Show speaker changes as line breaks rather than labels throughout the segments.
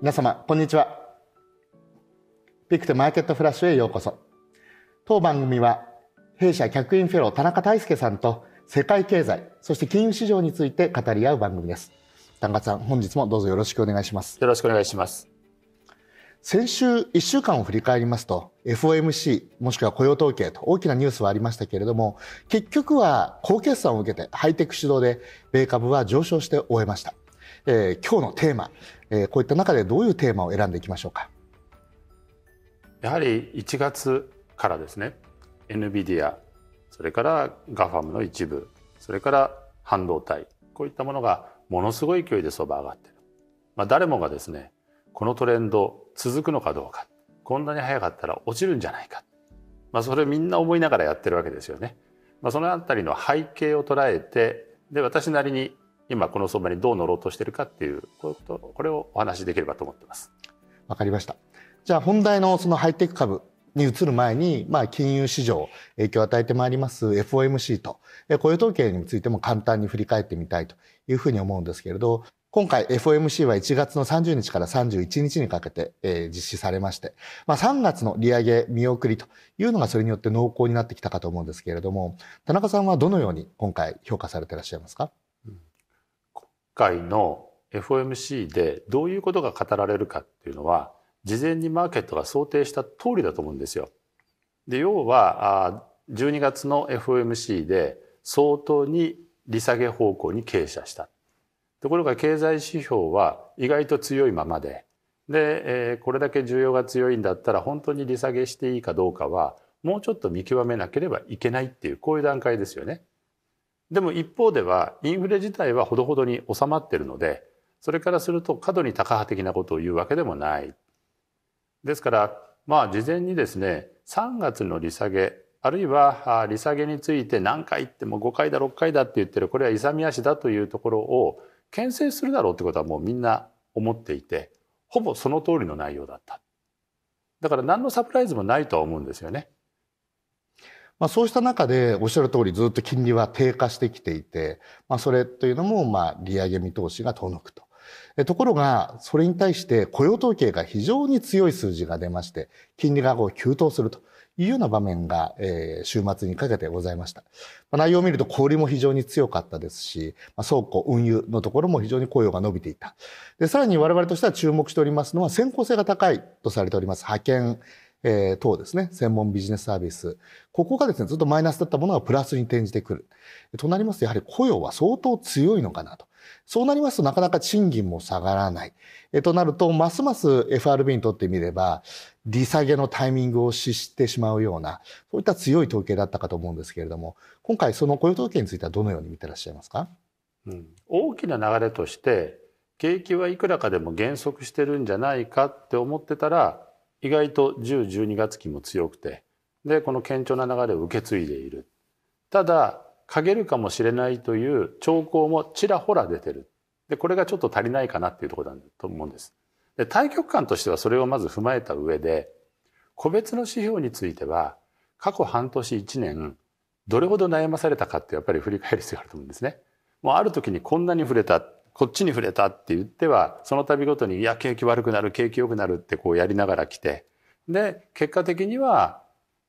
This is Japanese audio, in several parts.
皆様こんにちは。ピクテマーケットフラッシュへようこそ。当番組は弊社客員フェロー田中泰介さんと世界経済そして金融市場について語り合う番組です。田中さん、本日もどうぞよろしくお願いします。
よろしくお願いします。
先週1週間を振り返りますと FOMC もしくは雇用統計と大きなニュースはありましたけれども、結局は好決算を受けてハイテク主導で米株は上昇して終えました。今日のテーマ、こういった中でどういうテーマを選んでいきましょうか。
やはり1月からですね、 NVIDIA、 それからGAFAM の一部、それから半導体、こういったものがものすごい勢いで相場上がっている。誰もがですね、このトレンド続くのかどうか、こんなに早かったら落ちるんじゃないか、それをみんな思いながらやってるわけですよね。そのあたりの背景を捉えて、で私なりに今この相場にどう乗ろうとしているかっていうこれをお話しできればと思っています。
わかりました。じゃあ本題のそのハイテク株に移る前に、金融市場影響を与えてまいります FOMC と雇用統計についても簡単に振り返ってみたいというふうに思うんですけれど、今回 FOMC は1月の30日から31日にかけて実施されまして、3月の利上げ見送りというのがそれによって濃厚になってきたかと思うんですけれども、田中さんはどのように今回評価されていらっしゃいますか？
今回の FOMC でどういうことが語られるかっていうのは、事前にマーケットが想定した通りだと思うんですよ。で、要は12月の FOMC で相当に利下げ方向に傾斜した。ところが経済指標は意外と強いままで、これだけ需要が強いんだったら本当に利下げしていいかどうかはもうちょっと見極めなければいけないっていう、こういう段階ですよね。でも一方ではインフレ自体はほどほどに収まっているので、それからすると過度にタカ派的なことを言うわけでもない。ですから事前にですね、3月の利下げ、あるいは利下げについて何回言っても5回だ6回だって言ってる、これは勇み足だというところを牽制するだろうってことはもうみんな思っていて、ほぼその通りの内容だった。だから何のサプライズもないとは思うんですよね。
そうした中でおっしゃる通りずっと金利は低下してきていて、それというのも利上げ見通しが遠のくと。ところがそれに対して雇用統計が非常に強い数字が出まして、金利が急騰するというような場面が週末にかけてございました。内容を見ると小売りも非常に強かったですし、倉庫運輸のところも非常に雇用が伸びていた。でさらに我々としては注目しておりますのは、先行性が高いとされております派遣等ですね、専門ビジネスサービス、ここがですねずっとマイナスだったものがプラスに転じてくるとなりますと、やはり雇用は相当強いのかなと。そうなりますとなかなか賃金も下がらない。となるとますます FRB にとってみれば利下げのタイミングを失してしまうような、そういった強い統計だったかと思うんですけれども、今回その雇用統計についてはどのように見てらっしゃいますか？
大きな流れとして景気はいくらかでも減速してるんじゃないかって思ってたら、意外と10、12月期も強くて、でこの顕著な流れを受け継いでいる。ただ陰るかもしれないという兆候もちらほら出てる。でこれがちょっと足りないかなっていうところだと思うんです。で対局観としてはそれをまず踏まえた上で、個別の指標については過去半年1年どれほど悩まされたかってやっぱり振り返る必要があると思うんですね。もうある時にこんなに触れた、こっちに触れたって言っては、その度ごとにいや景気悪くなる、景気良くなるってやりながら来て、で結果的には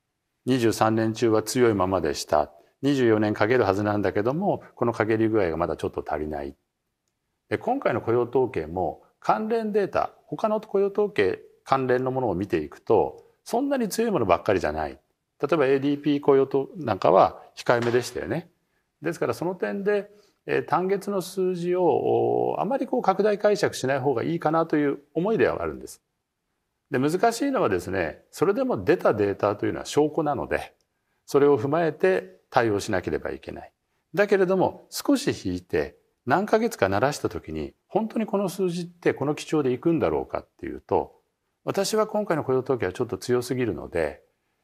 23年中は強いままでした。24年陰るはずなんだけども、この陰り具合がまだちょっと足りない。で今回の雇用統計も関連データ、他の雇用統計関連のものを見ていくとそんなに強いものばっかりじゃない。例えば ADP 雇用なんかは控えめでしたよね。ですからその点で単月の数字をあまり拡大解釈しない方がいいかなという思いではあるんです。で難しいのはですね、それでも出たデータというのは証拠なので、それを踏まえて対応しなければいけない。だけれども少し引いて何ヶ月か慣らした時に本当にこの数字ってこの基調でいくんだろうかっていうと、私は今回の雇用統計はちょっと強すぎるので、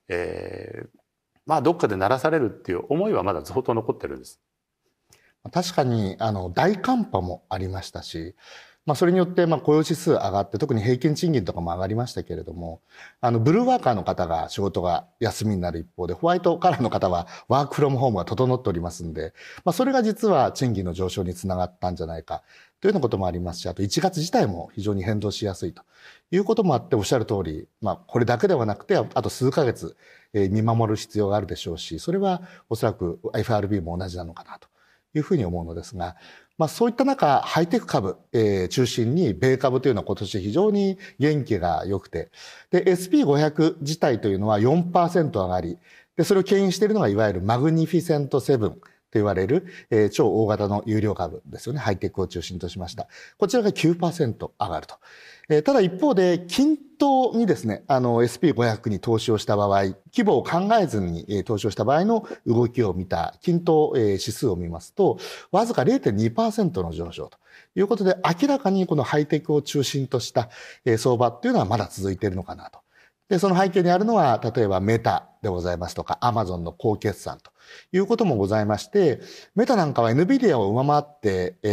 どっかで慣らされるっていう思いはまだ相当残ってるんです。
確かに大寒波もありましたし、それによって雇用指数上がって、特に平均賃金とかも上がりましたけれども、ブルーワーカーの方が仕事が休みになる一方で、ホワイトカラーの方はワークフロムホームが整っておりますんで、それが実は賃金の上昇につながったんじゃないかというようなこともありますし、あと1月自体も非常に変動しやすいということもあって、おっしゃる通り、これだけではなくて、あと数ヶ月見守る必要があるでしょうし、それはおそらく FRB も同じなのかなというふうに思うのですが、そういった中、ハイテク株、中心に米株というのは今年非常に元気が良くて、で、SP500 自体というのは 4% 上がり、で、それを牽引しているのがいわゆるマグニフィセントセブンと言われる、超大型の有料株ですよね。ハイテクを中心としました。こちらが 9% 上がると。ただ一方で、均等にですね、SP500 に投資をした場合、規模を考えずに投資をした場合の動きを見た均等指数を見ますと、わずか 0.2% の上昇ということで、明らかにこのハイテクを中心とした相場っていうのはまだ続いているのかなと。で、その背景にあるのは、例えばメタでございますとか、アマゾンの高決算ということもございまして、メタなんかは NVIDIA を上回って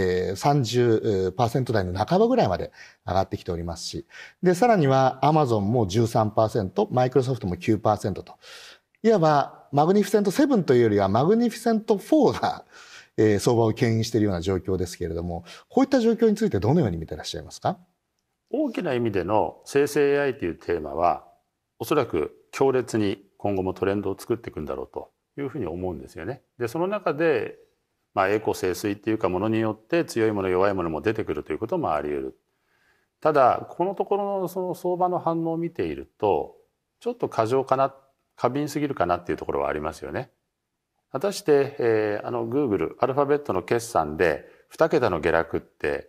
、30% 台の半ばぐらいまで上がってきておりますし、で、さらにはアマゾンも 13%、マイクロソフトも 9% と、いわばマグニフィセント7というよりはマグニフィセント4が、相場を牽引しているような状況ですけれども、こういった状況についてどのように見ていらっしゃいますか？
大きな意味での生成 AI というテーマは、おそらく強烈に今後もトレンドを作っていくんだろうというふうに思うんですよね。で、その中で、栄枯盛衰っていうかものによって強いもの弱いものも出てくるということもあり得る。ただ、このところのその相場の反応を見ていると、ちょっと過剰かな、過敏すぎるかなっていうところはありますよね。果たして、Google、アルファベットの決算で2桁の下落って、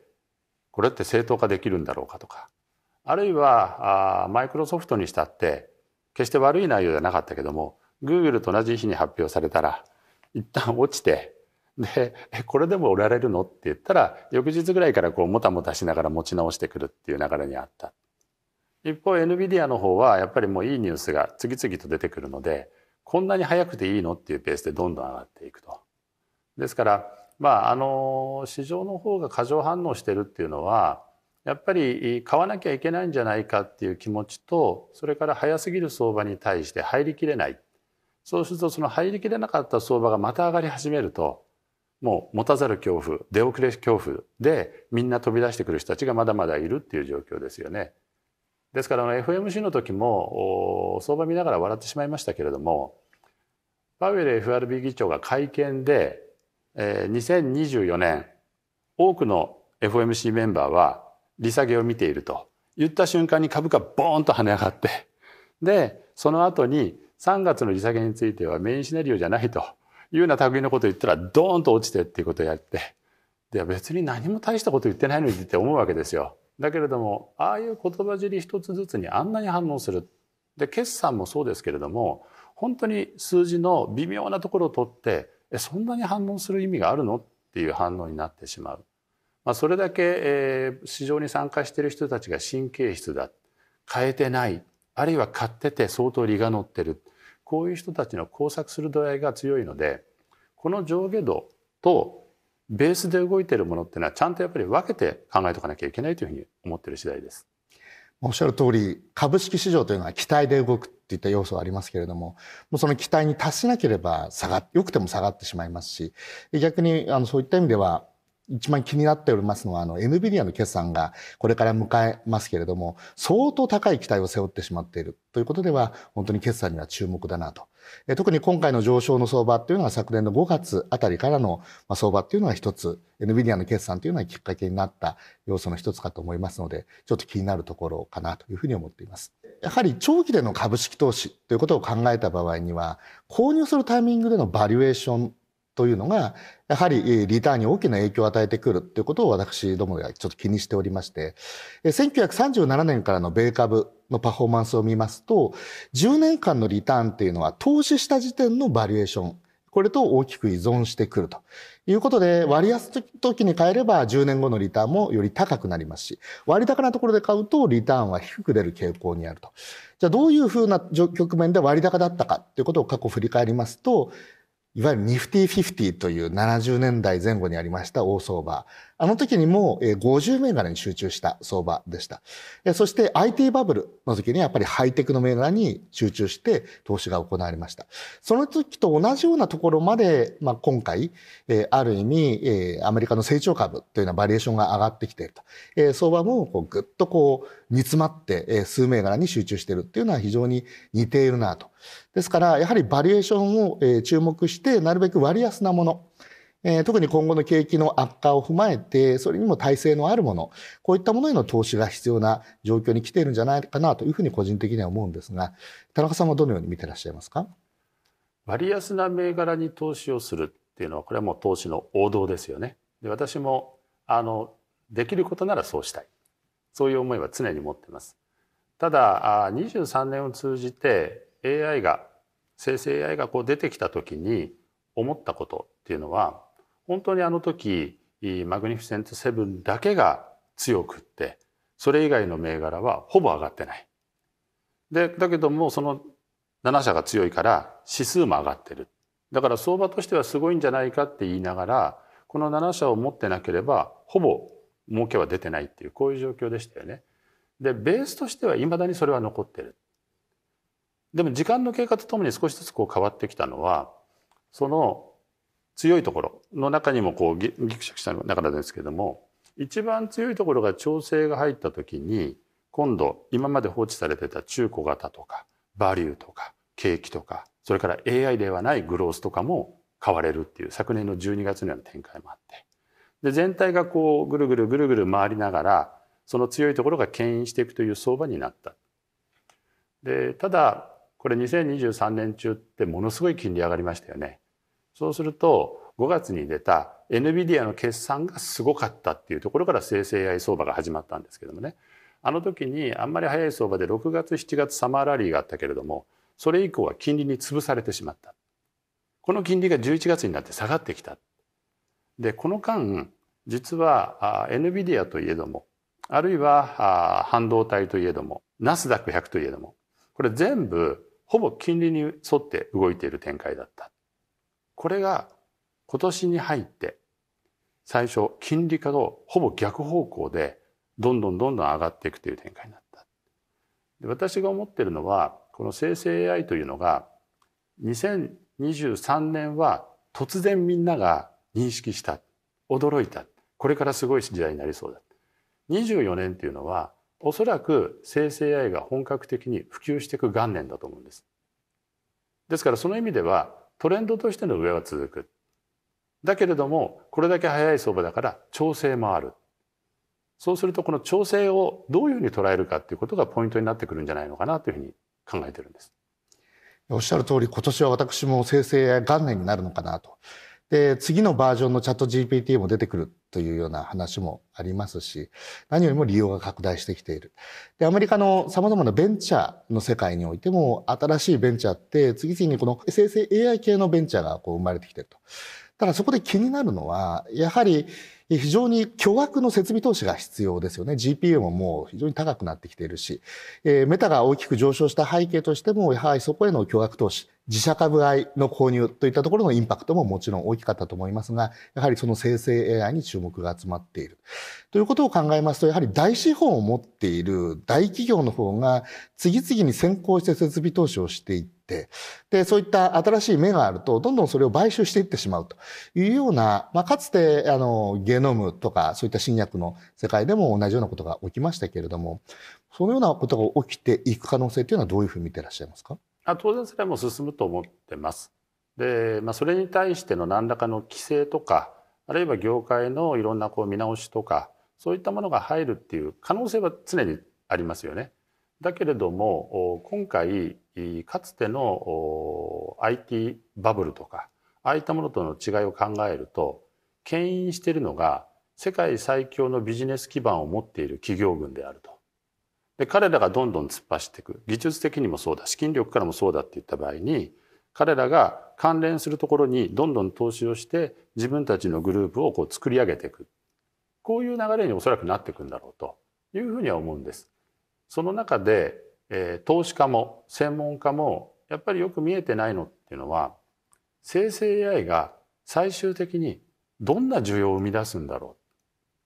これって正当化できるんだろうかとか、あるいはマイクロソフトにしたって決して悪い内容じゃなかったけども Google と同じ日に発表されたら一旦落ちて、でこれでも売られるのって言ったら翌日ぐらいからこうもたもたしながら持ち直してくるっていう流れにあった。一方 NVIDIA の方はやっぱりもういいニュースが次々と出てくるので、こんなに早くていいのっていうペースでどんどん上がっていくと。ですから市場の方が過剰反応してるっていうのはやっぱり買わなきゃいけないんじゃないかっていう気持ちと、それから早すぎる相場に対して入りきれない。そうするとその入りきれなかった相場がまた上がり始めると、もう持たざる恐怖、出遅れ恐怖でみんな飛び出してくる人たちがまだまだいるっていう状況ですよね。ですからFMC の時も相場見ながら笑ってしまいましたけれども、パウエル FRB 議長が会見で、2024年多くの FOMC メンバーは利下げを見ていると言った瞬間に株価ボーンと跳ね上がって、でその後に3月の利下げについてはメインシナリオじゃないというような類のことを言ったらドーンと落ちてっていうことをやって、で別に何も大したこと言ってないのにって思うわけですよ。だけれどもああいう言葉尻一つずつにあんなに反応する。で決算もそうですけれども、本当に数字の微妙なところを取ってそんなに反応する意味があるのっていう反応になってしまう。それだけ、市場に参加している人たちが神経質だ、変えてない、あるいは買ってて相当利が乗ってる、こういう人たちの工作する度合いが強いので、この上下度とベースで動いているものっていうのはちゃんとやっぱり分けて考えておかなきゃいけないというふうに思っている次第です。
おっしゃる通り、株式市場というのは期待で動くっていった要素はありますけれども、もうその期待に達しなければ良くても下がってしまいますし、逆にそういった意味では一番気になっておりますのはNVIDIA の決算がこれから迎えますけれども、相当高い期待を背負ってしまっているということでは、本当に決算には注目だなと。特に今回の上昇の相場っていうのは昨年の5月あたりからの相場っていうのは一つ、NVIDIA の決算というのはきっかけになった要素の一つかと思いますので、ちょっと気になるところかなというふうに思っています。やはり長期での株式投資ということを考えた場合には、購入するタイミングでのバリエーションというのが、やはりリターンに大きな影響を与えてくるということを私どもではちょっと気にしておりまして、1937年からの米株のパフォーマンスを見ますと、10年間のリターンっていうのは投資した時点のバリエーション、これと大きく依存してくるということで、割安時に買えれば10年後のリターンもより高くなりますし、割高なところで買うとリターンは低く出る傾向にあると。じゃあどういうふうな局面で割高だったかということを過去振り返りますと、いわゆるニフティ50という70年代前後にありました大相場。 あの時にも50銘柄に集中した相場でした。そして IT バブルの時にやっぱりハイテクの銘柄に集中して投資が行われました。その時と同じようなところまで、今回、ある意味、アメリカの成長株というようなバリエーションが上がってきていると。相場もぐっと煮詰まって数銘柄に集中しているっていうのは非常に似ているなと。ですから、やはりバリエーションを注目して、なるべく割安なもの、特に今後の景気の悪化を踏まえて、それにも耐性のあるもの、こういったものへの投資が必要な状況に来ているんじゃないかなというふうに個人的には思うんですが、田中さんはどのように見てらっしゃいますか？
割安な銘柄に投資をするっていうのは、これはもう投資の王道ですよね。で、私もできることならそうしたい、そういう思いは常に持っています。ただ23年を通じて AI が生成 AI が出てきた時に思ったことっていうのは、本当にあの時マグニフィセント7だけが強くって、それ以外の銘柄はほぼ上がってない。でだけどもその7社が強いから指数も上がってる。だから相場としてはすごいんじゃないかって言いながら、この7社を持ってなければほぼ儲けは出てないっていう、こういう状況でしたよね。でベースとしてはいまだにそれは残ってる。でも時間の経過とともに少しずつ変わってきたのは、その強いところの中にもギクシャクした中ですけども、一番強いところが調整が入った時に、今度今まで放置されてた中小型とかバリューとか景気とか、それから AI ではないグロースとかも買われるっていう、昨年の12月のような展開もあって、で全体がぐるぐるぐるぐる回りながら、その強いところが牽引していくという相場になった。でただこれ2023年中ってものすごい金利上がりましたよね。そうすると5月に出た NVIDIA の決算がすごかったっていうところから生成 AI 相場が始まったんですけどもね。あの時にあんまり早い相場で6月7月サマーラリーがあったけれども、それ以降は金利に潰されてしまった。この金利が11月になって下がってきた。でこの間実はNVIDIA といえども、あるいは半導体といえども、ナスダック100といえども、これ全部ほぼ金利に沿って動いている展開だった。これが今年に入って最初金利化とほぼ逆方向でどんどん上がっていくという展開になった。で私が思っているのは、この生成 AI というのが2023年は突然みんなが認識した、驚いた、これからすごい時代になりそうだ。24年っていうのはおそらく生成 AI が本格的に普及していく元年だと思うんです。ですからその意味ではトレンドとしての上は続く。だけれどもこれだけ早い相場だから調整もある。そうするとこの調整をどういうふうに捉えるかっていうことがポイントになってくるんじゃないのかなというふうに考えてるんです。
おっしゃる通り、今年は私も生成 AI 元年になるのかなと。で、次のバージョンのチャット GPT も出てくるというような話もありますし、何よりも利用が拡大してきている。で、アメリカの様々なベンチャーの世界においても、新しいベンチャーって次々にこの生成 AI 系のベンチャーが生まれてきていると。ただそこで気になるのは、やはり非常に巨額の設備投資が必要ですよね。GPU ももう非常に高くなってきているし、メタが大きく上昇した背景としても、やはりそこへの巨額投資、自社株買いの購入といったところのインパクトももちろん大きかったと思いますが、やはりその生成 AI に注目が集まっている。ということを考えますと、やはり大資本を持っている大企業の方が次々に先行して設備投資をしていって、で、そういった新しい芽があると、どんどんそれを買収していってしまうというような、かつて、ゲノムとか、そういった新薬の世界でも同じようなことが起きましたけれども、そのようなことが起きていく可能性というのはどういうふうに見ていらっしゃいますか？
当然それはもう進むと思ってます。で、それに対しての何らかの規制とか、あるいは業界のいろんな見直しとか、そういったものが入るっていう可能性は常にありますよね。だけれども今回かつての IT バブルとかああいったものとの違いを考えると、牽引しているのが世界最強のビジネス基盤を持っている企業群であると。で彼らがどんどん突っ走っていく、技術的にもそうだ、資金力からもそうだっていった場合に、彼らが関連するところにどんどん投資をして自分たちのグループを作り上げていく、こういう流れにおそらくなっていくんだろうというふうには思うんです。その中で、投資家も専門家もやっぱりよく見えてないのっていうのは、生成 AI が最終的にどんな需要を生み出すんだろう。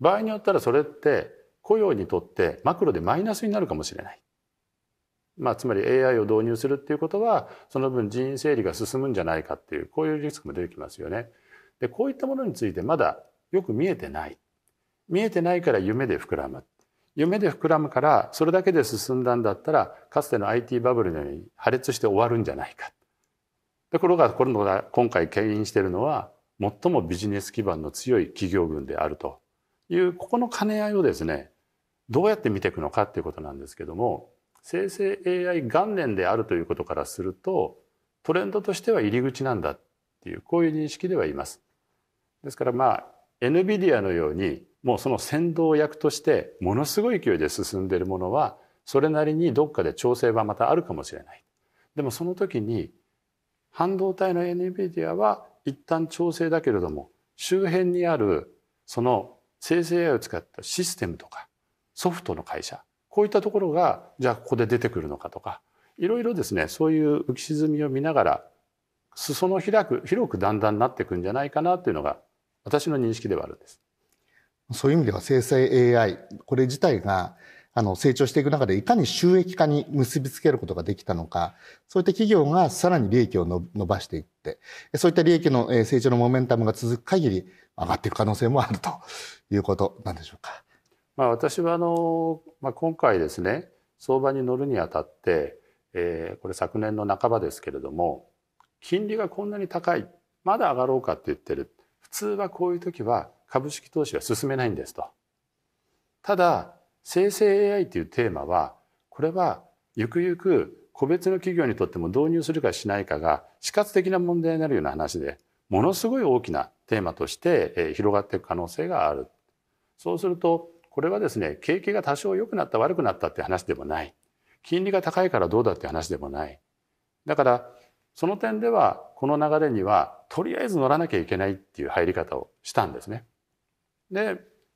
場合によったらそれって雇用にとってマクロでマイナスになるかもしれない。つまり AI を導入するっていうことはその分人員整理が進むんじゃないかっていうこういうリスクも出てきますよね。でこういったものについてまだよく見えてない。見えてないから夢で膨らむ。夢で膨らむからそれだけで進んだんだったらかつての IT バブルのように破裂して終わるんじゃないか。ところが今回牽引しているのは最もビジネス基盤の強い企業群であるというここの兼ね合いをですねどうやって見ていくのかっていうことなんですけども、生成 AI 元年であるということからするとトレンドとしては入り口なんだっていうこういう認識ではいます。ですからNVIDIA のようにもうその先導役としてものすごい勢いで進んでいるものはそれなりにどっかで調整はまたあるかもしれない。でもその時に半導体の NVIDIA は一旦調整だけれども周辺にあるその生成 AI を使ったシステムとかソフトの会社こういったところがじゃあここで出てくるのかとかいろいろですねそういう浮き沈みを見ながら裾野広くだんだんなっていくんじゃないかなというのが私の認識ではあるんです。
そういう意味では生成 AI これ自体が成長していく中でいかに収益化に結びつけることができたのか、そういった企業がさらに利益を伸ばしていって、そういった利益の成長のモメンタムが続く限り上がっていく可能性もあるということなんでしょうか。
私は今回ですね相場に乗るにあたって、これ昨年の半ばですけれども金利がこんなに高いまだ上がろうかって言ってる。普通はこういう時は株式投資は進めないんですと。ただ生成 AI というテーマはこれはゆくゆく個別の企業にとっても導入するかしないかが死活的な問題になるような話でものすごい大きなテーマとして広がっていく可能性がある。そうするとこれはですね景気が多少良くなった悪くなったって話でもない。金利が高いからどうだって話でもない。だからその点ではこの流れにはとりあえず乗らなきゃいけないっていう入り方をしたんですね。で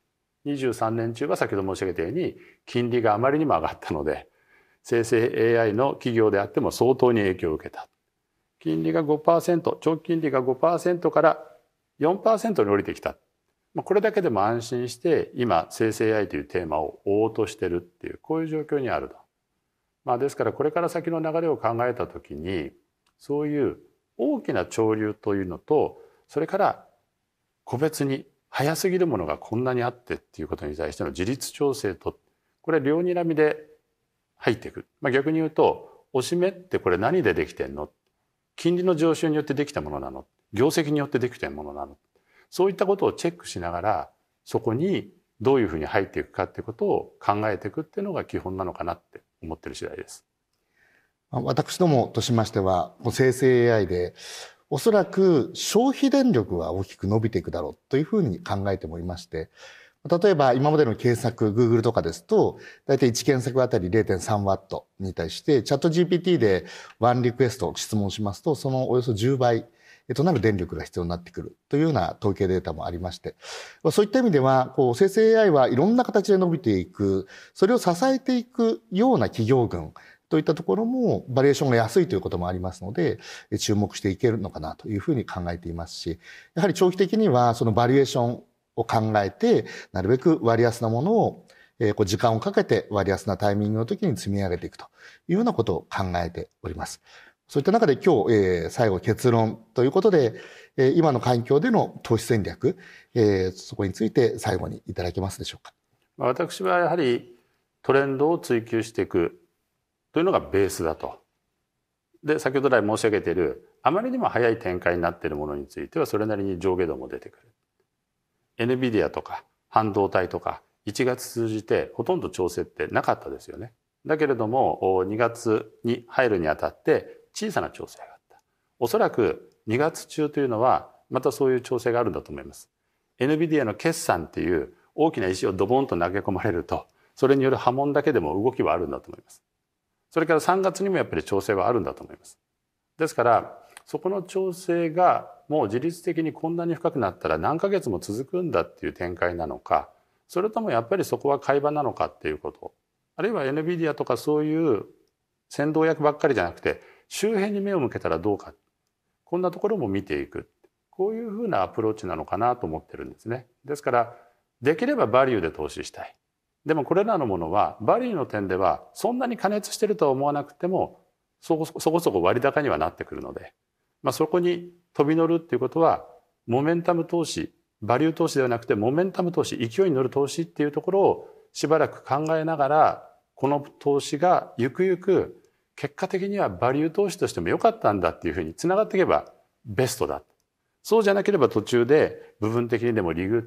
23年中は先ほど申し上げたように金利があまりにも上がったので生成 AI の企業であっても相当に影響を受けた。金利が 5%、長期金利が 5% から4% に降りてきた。これだけでも安心して今生成 AI というテーマを追おうとしてるっていうこういう状況にあると。ですからこれから先の流れを考えた時にそういう大きな潮流というのとそれから個別に早すぎるものがこんなにあってっていうことに対しての自律調整とこれ両睨みで入っていく。逆に言うとおしめってこれ何でできてんの？金利の上昇によってできたものなの？業績によってできてるものなの？そういったことをチェックしながらそこにどういうふうに入っていくかっていうことを考えていくっていうのが基本なのかなって思ってる次第です。
私どもとしましては生成 AI でおそらく消費電力が大きく伸びていくだろうというふうに考えてもいまして、例えば今までの検索 Google とかですと大体1検索あたり 0.3 ワットに対してチャット GPT で1リクエスト質問しますとそのおよそ10倍となる電力が必要になってくるというような統計データもありまして、そういった意味では生成 AI はいろんな形で伸びていく、それを支えていくような企業群といったところもバリエーションが安いということもありますので注目していけるのかなというふうに考えていますし、やはり長期的にはそのバリエーションを考えてなるべく割安なものを時間をかけて割安なタイミングの時に積み上げていくというようなことを考えております。そういった中で今日、最後結論ということで、今の環境での投資戦略、そこについて最後にいただけますでしょうか。
私はやはりトレンドを追求していくというのがベースだと。で先ほど来申し上げているあまりにも早い展開になっているものについてはそれなりに上下動も出てくる。NVIDIA とか半導体とか1月通じてほとんど調整ってなかったですよね。だけれども2月に入るにあたって小さな調整があった。おそらく2月中というのはまたそういう調整があるんだと思います。NVIDIA の決算っていう大きな石をドボンと投げ込まれるとそれによる波紋だけでも動きはあるんだと思います。それから3月にもやっぱり調整はあるんだと思います。ですからそこの調整がもう自律的にこんなに深くなったら何ヶ月も続くんだっていう展開なのか、それともやっぱりそこは買い場なのかっていうこと、あるいは NVIDIA とかそういう先導役ばっかりじゃなくて周辺に目を向けたらどうか、こんなところも見ていく、こういうふうなアプローチなのかなと思ってるんですね。ですからできればバリューで投資したい。でもこれらのものはバリューの点ではそんなに過熱してるとは思わなくてもそこそこ割高にはなってくるので、そこに飛び乗るっていうことはモメンタム投資、バリュー投資ではなくてモメンタム投資、勢いに乗る投資っていうところをしばらく考えながら、この投資がゆくゆく結果的にはバリュー投資としても良かったんだっていうふうにつながっていけばベストだ。そうじゃなければ途中で部分的にでもリグって、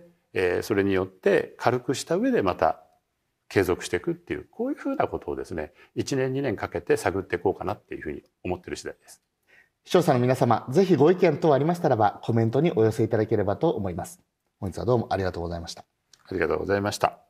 それによって軽くした上でまた継続していくっていう、こういうふうなことをですね、1年2年かけて探っていこうかなっていうふうに思っている次第です。
視聴者の皆様、ぜひご意見等ありましたらばコメントにお寄せいただければと思います。本日はどうもありがとうございました。
ありがとうございました。